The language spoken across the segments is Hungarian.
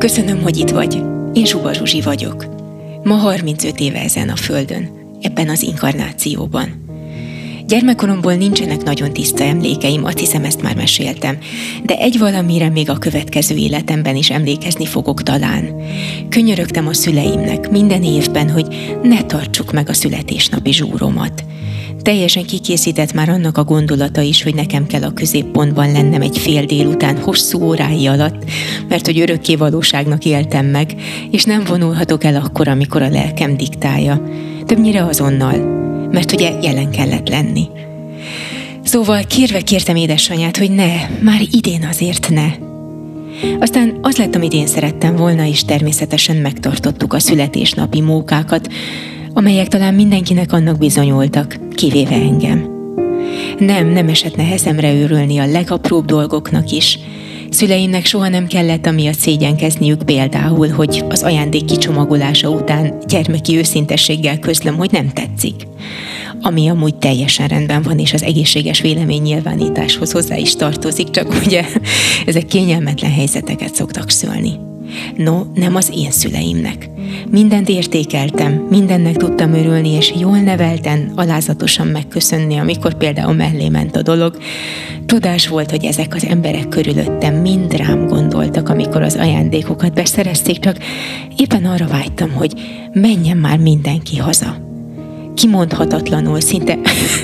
Köszönöm, hogy itt vagy. Én Zsuba Zsuzsi vagyok. Ma 35 éve ezen a földön, ebben az inkarnációban. Gyermekkoromból nincsenek nagyon tiszta emlékeim, azt hiszem, ezt már meséltem, de egy valamire még a következő életemben is emlékezni fogok talán. Könyörögtem a szüleimnek minden évben, hogy ne tartsuk meg a születésnapi zsúromat. Teljesen kikészített már annak a gondolata is, hogy nekem kell a középpontban lennem egy fél délután hosszú órái alatt, mert hogy örökké valóságnak éltem meg, és nem vonulhatok el akkor, amikor a lelkem diktálja. Többnyire azonnal, mert ugye jelen kellett lenni. Szóval kértem édesanyját, hogy ne, már idén azért ne. Aztán az lett, amit én szerettem volna, és természetesen megtartottuk a születésnapi mókákat, amelyek talán mindenkinek annak bizonyultak, kivéve engem. Nem esett nehezemre őrülni a legapróbb dolgoknak is. Szüleimnek soha nem kellett amiatt szégyenkezniük például, hogy az ajándék kicsomagolása után gyermeki őszintességgel közlöm, hogy nem tetszik. Ami amúgy teljesen rendben van, és az egészséges véleménynyilvánításhoz hozzá is tartozik, csak ugye ezek kényelmetlen helyzeteket szoktak szülni. No, nem az én szüleimnek. Mindent értékeltem, mindennek tudtam örülni, és jól nevelten, alázatosan megköszönni, amikor például mellé ment a dolog. Tudás volt, hogy ezek az emberek körülöttem mind rám gondoltak, amikor az ajándékokat beszerezték, csak éppen arra vágytam, hogy menjen már mindenki haza. Kimondhatatlanul, szinte...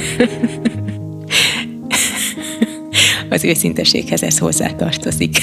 Az őszinteséghez ez hozzátartozik.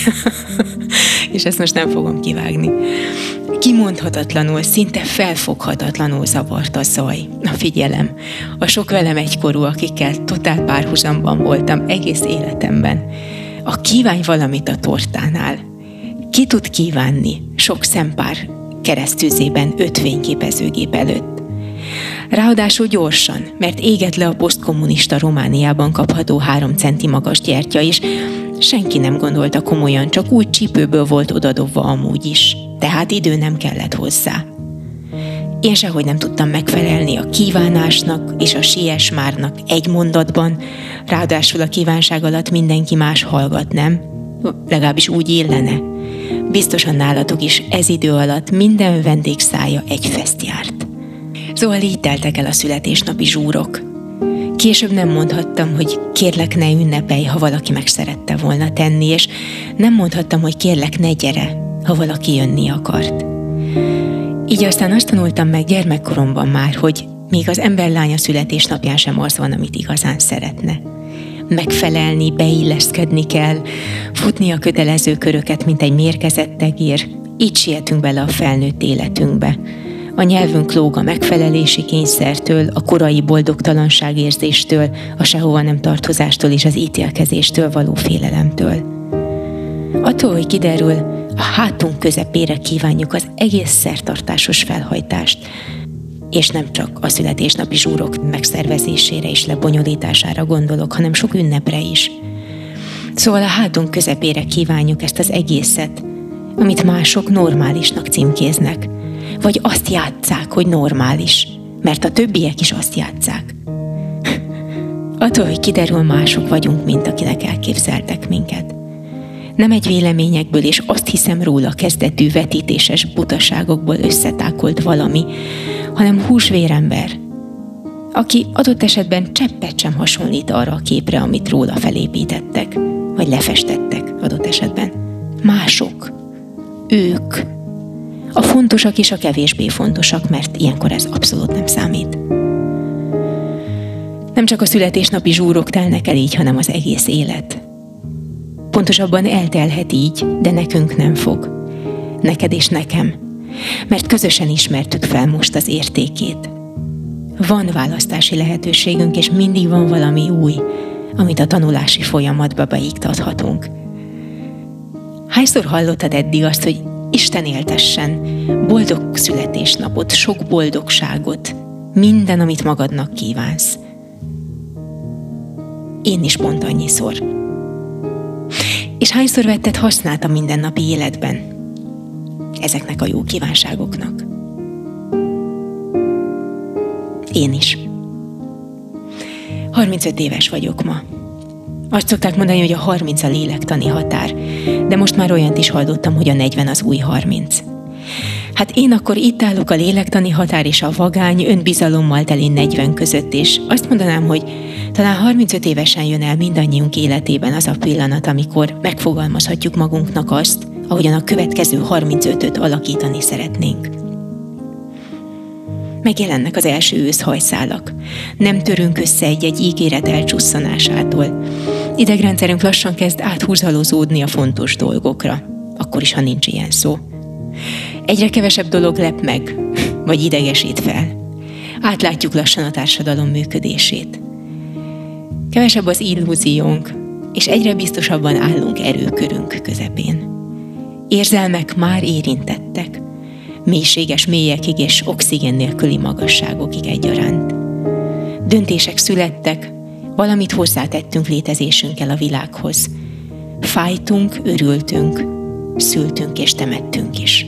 És ezt most nem fogom kivágni. Kimondhatatlanul, szinte felfoghatatlanul zavart a zaj, a figyelem. A sok velem egykorú, akikkel totál párhuzamban voltam egész életemben. A kívánj valamit a tortánál. Ki tud kívánni sok szempár keresztűzében 5 fényképezőgép előtt? Ráadásul gyorsan, mert égett le a posztkommunista Romániában kapható 3 centi magas gyertya is, senki nem gondolta komolyan, csak úgy csípőből volt odadobva amúgy is. Tehát idő nem kellett hozzá. Én sehogy nem tudtam megfelelni a kívánásnak és a siesmárnak egy mondatban, ráadásul a kívánság alatt mindenki más hallgat, nem? Legalábbis úgy illene. Biztosan nálatok is ez idő alatt minden vendég szája egy feszt járt. Szóval így teltek el a születésnapi zsúrok. Később nem mondhattam, hogy kérlek ne ünnepelj, ha valaki meg szerette volna tenni, és nem mondhattam, hogy kérlek ne gyere, ha valaki jönni akart. Így aztán azt tanultam meg gyermekkoromban már, hogy még az emberlánya születésnapján sem az van, amit igazán szeretne. Megfelelni, beilleszkedni kell, futni a kötelező köröket, mint egy mérgezett tegér, így sietünk bele a felnőtt életünkbe. A nyelvünk lóg a megfelelési kényszertől, a korai boldogtalanságérzéstől, a sehova nem tartozástól és az ítélkezéstől való félelemtől. Attól, hogy kiderül, a hátunk közepére kívánjuk az egész szertartásos felhajtást, és nem csak a születésnapi zsúrok megszervezésére és lebonyolítására gondolok, hanem sok ünnepre is. Szóval a hátunk közepére kívánjuk ezt az egészet, amit mások normálisnak címkéznek, vagy azt játsszák, hogy normális, mert a többiek is azt játsszák. Attól, hogy kiderül, mások vagyunk, mint akinek elképzeltek minket. Nem egy véleményekből és azt hiszem róla kezdetű vetítéses butaságokból összetákolt valami, hanem húsvérember, aki adott esetben cseppet sem hasonlít arra a képre, amit róla felépítettek, vagy lefestettek adott esetben. Mások. Ők. A fontosak és a kevésbé fontosak, mert ilyenkor ez abszolút nem számít. Nem csak a születésnapi zsúrok telnek el így, hanem az egész élet. Pontosabban eltelhet így, de nekünk nem fog. Neked és nekem. Mert közösen ismertük fel most az értékét. Van választási lehetőségünk, és mindig van valami új, amit a tanulási folyamatba beiktathatunk. Hányszor hallottad eddig azt, hogy Isten éltessen, boldog születésnapot, sok boldogságot, minden, amit magadnak kívánsz. Én is pont annyiszor. És hányszor vetted hasznát a mindennapi életben ezeknek a jó kívánságoknak? Én is. 35 éves vagyok ma. Azt szokták mondani, hogy a 30 a lélektani határ, de most már olyant is hallottam, hogy a 40 az új 30. Hát én akkor itt állok a lélektani határ és a vagány, önbizalommal teli 40 között, és azt mondanám, hogy talán 35 évesen jön el mindannyiunk életében az a pillanat, amikor megfogalmazhatjuk magunknak azt, ahogyan a következő 35-öt alakítani szeretnénk. Megjelennek az első őszhajszálak. Nem törünk össze egy-egy ígéret elcsusszanásától. Idegrendszerünk lassan kezd áthúzalozódni a fontos dolgokra, akkor is, ha nincs ilyen szó. Egyre kevesebb dolog lep meg, vagy idegesít fel. Átlátjuk lassan a társadalom működését. Kevesebb az illúziónk, és egyre biztosabban állunk erőkörünk közepén. Érzelmek már érintettek, mélységes mélyekig és oxigén nélküli magasságokig egyaránt. Döntések születtek, valamit hozzátettünk létezésünkkel a világhoz. Fájtunk, örültünk, szültünk és temettünk is.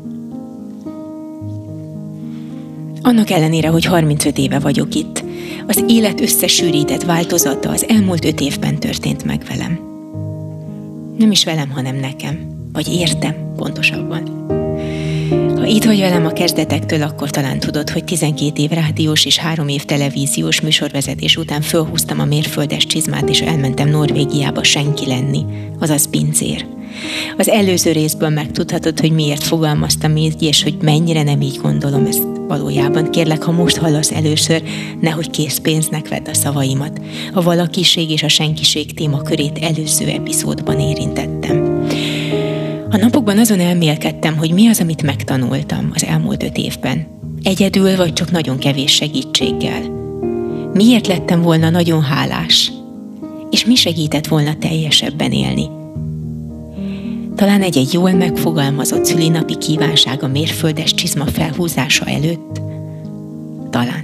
Annak ellenére, hogy 35 éve vagyok itt, az élet összesűrített változata az elmúlt 5 évben történt meg velem. Nem is velem, hanem nekem. Vagy értem, pontosabban. Ha itt vagy velem a kezdetektől, akkor talán tudod, hogy 12 év rádiós és 3 év televíziós műsorvezetés után fölhúztam a mérföldes csizmát, és elmentem Norvégiába senki lenni, azaz pincér. Az előző részből megtudhatod, hogy miért fogalmaztam így, és hogy mennyire nem így gondolom ezt valójában. Kérlek, ha most hallasz először, nehogy készpénznek vedd a szavaimat. A valakiség és a senkiség témakörét előző epizódban érintettem. A napokban azon elmélkedtem, hogy mi az, amit megtanultam az elmúlt 5 évben. Egyedül vagy csak nagyon kevés segítséggel. Miért lettem volna nagyon hálás? És mi segített volna teljesebben élni? Talán egy jól megfogalmazott szülinapi kívánság a mérföldes csizma felhúzása előtt? Talán.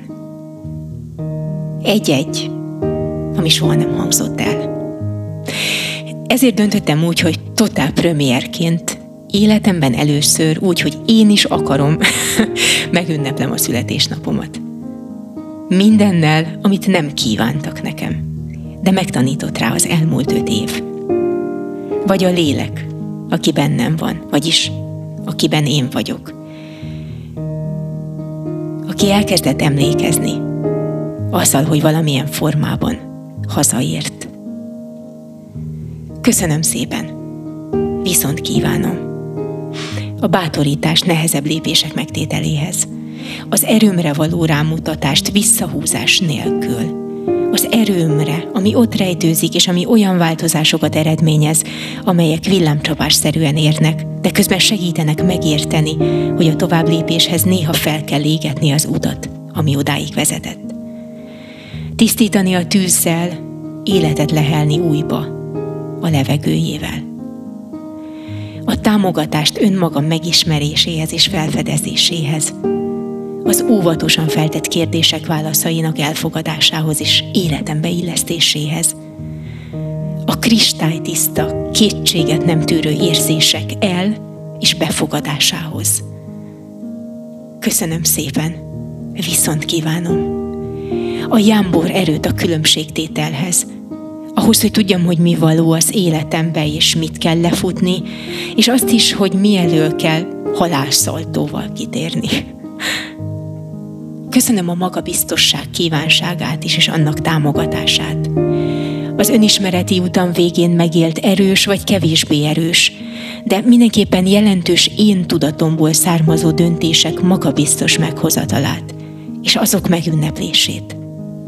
Egy-egy, ami soha nem hangzott el. Ezért döntöttem úgy, hogy totál premierként, életemben először úgy, hogy én is akarom, megünneplem a születésnapomat. Mindennel, amit nem kívántak nekem, de megtanított rá az elmúlt 5 év. Vagy a lélek, aki bennem van, vagyis akiben én vagyok. Aki elkezdett emlékezni, azzal, hogy valamilyen formában hazaért. Köszönöm szépen, viszont kívánom. A bátorítást nehezebb lépések megtételéhez, az erőmre való rámutatást visszahúzás nélkül, az erőmre, ami ott rejtőzik, és ami olyan változásokat eredményez, amelyek villámcsapásszerűen érnek, de közben segítenek megérteni, hogy a továbblépéshez néha fel kell égetni az utat, ami odáig vezetett. Tisztítani a tűzzel, életet lehelni újba, a levegőjével. A támogatást önmaga megismeréséhez és felfedezéséhez, az óvatosan feltett kérdések válaszainak elfogadásához és életembe illesztéséhez, a kristálytiszta, kétséget nem tűrő érzések el- és befogadásához. Köszönöm szépen, viszont kívánom. A jámbor erőt a különbségtételhez, ahhoz, hogy tudjam, hogy mi való az életembe, és mit kell lefutni, és azt is, hogy mi elől kell halálszaltóval kitérni. Köszönöm a magabiztosság kívánságát is, és annak támogatását. Az önismereti utam végén megélt erős vagy kevésbé erős, de mindenképpen jelentős én tudatomból származó döntések magabiztos meghozatalát, és azok megünneplését.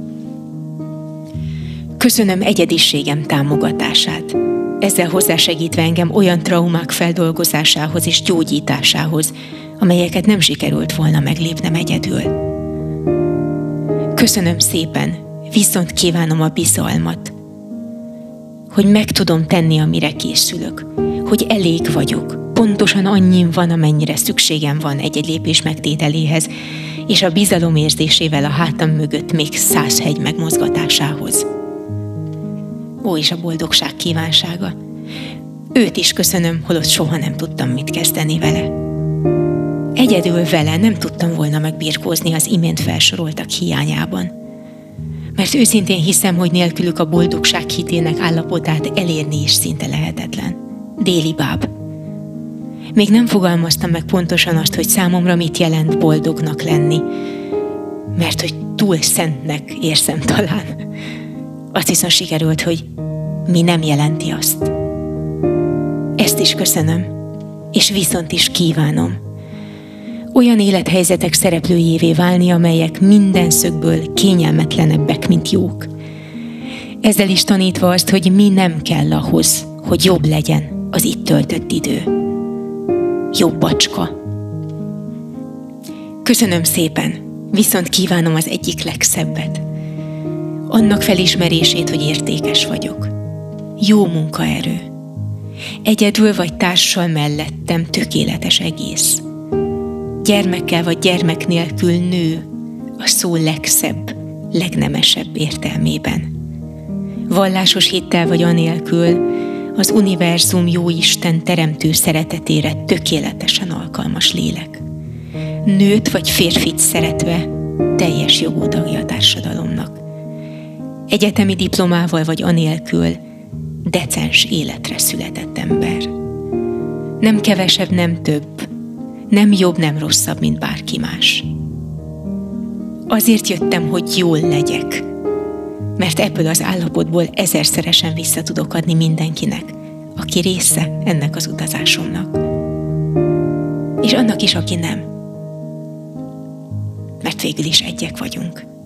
Köszönöm egyediségem támogatását, ezzel hozzásegítve engem olyan traumák feldolgozásához és gyógyításához, amelyeket nem sikerült volna meglépnem egyedül. Köszönöm szépen, viszont kívánom a bizalmat, hogy meg tudom tenni, amire készülök, hogy elég vagyok, pontosan annyim van, amennyire szükségem van egy-egy lépés megtételéhez, és a bizalom érzésével a hátam mögött még 100 hegy megmozgatásához. Ó, és a boldogság kívánsága. Őt is köszönöm, holott soha nem tudtam mit kezdeni vele. Egyedül vele nem tudtam volna megbirkózni az imént felsoroltak hiányában. Mert őszintén hiszem, hogy nélkülük a boldogság hitének állapotát elérni is szinte lehetetlen. Déli báb. Még nem fogalmaztam meg pontosan azt, hogy számomra mit jelent boldognak lenni, mert hogy túl szentnek érzem talán. Azt hiszem sikerült, hogy mi nem jelenti azt. Ezt is köszönöm, és viszont is kívánom. Olyan élethelyzetek szereplőjévé válni, amelyek minden szögből kényelmetlenebbek, mint jók. Ezzel is tanítva azt, hogy mi nem kell ahhoz, hogy jobb legyen az itt töltött idő. Jobbacska. Köszönöm szépen, viszont kívánom az egyik legszebbet. Annak felismerését, hogy értékes vagyok. Jó munkaerő. Egyedül vagy társal mellettem tökéletes egész. Gyermekkel vagy gyermek nélkül nő a szó legszebb, legnemesebb értelmében. Vallásos hittel vagy anélkül az univerzum jóisten teremtő szeretetére tökéletesen alkalmas lélek. Nőt vagy férfit szeretve teljes jogú tagja a társadalomnak. Egyetemi diplomával vagy anélkül decens életre született ember. Nem kevesebb, nem több, nem jobb, nem rosszabb, mint bárki más. Azért jöttem, hogy jól legyek, mert ebből az állapotból ezerszeresen vissza tudok adni mindenkinek, aki része ennek az utazásomnak. És annak is, aki nem. Mert végül is egyek vagyunk.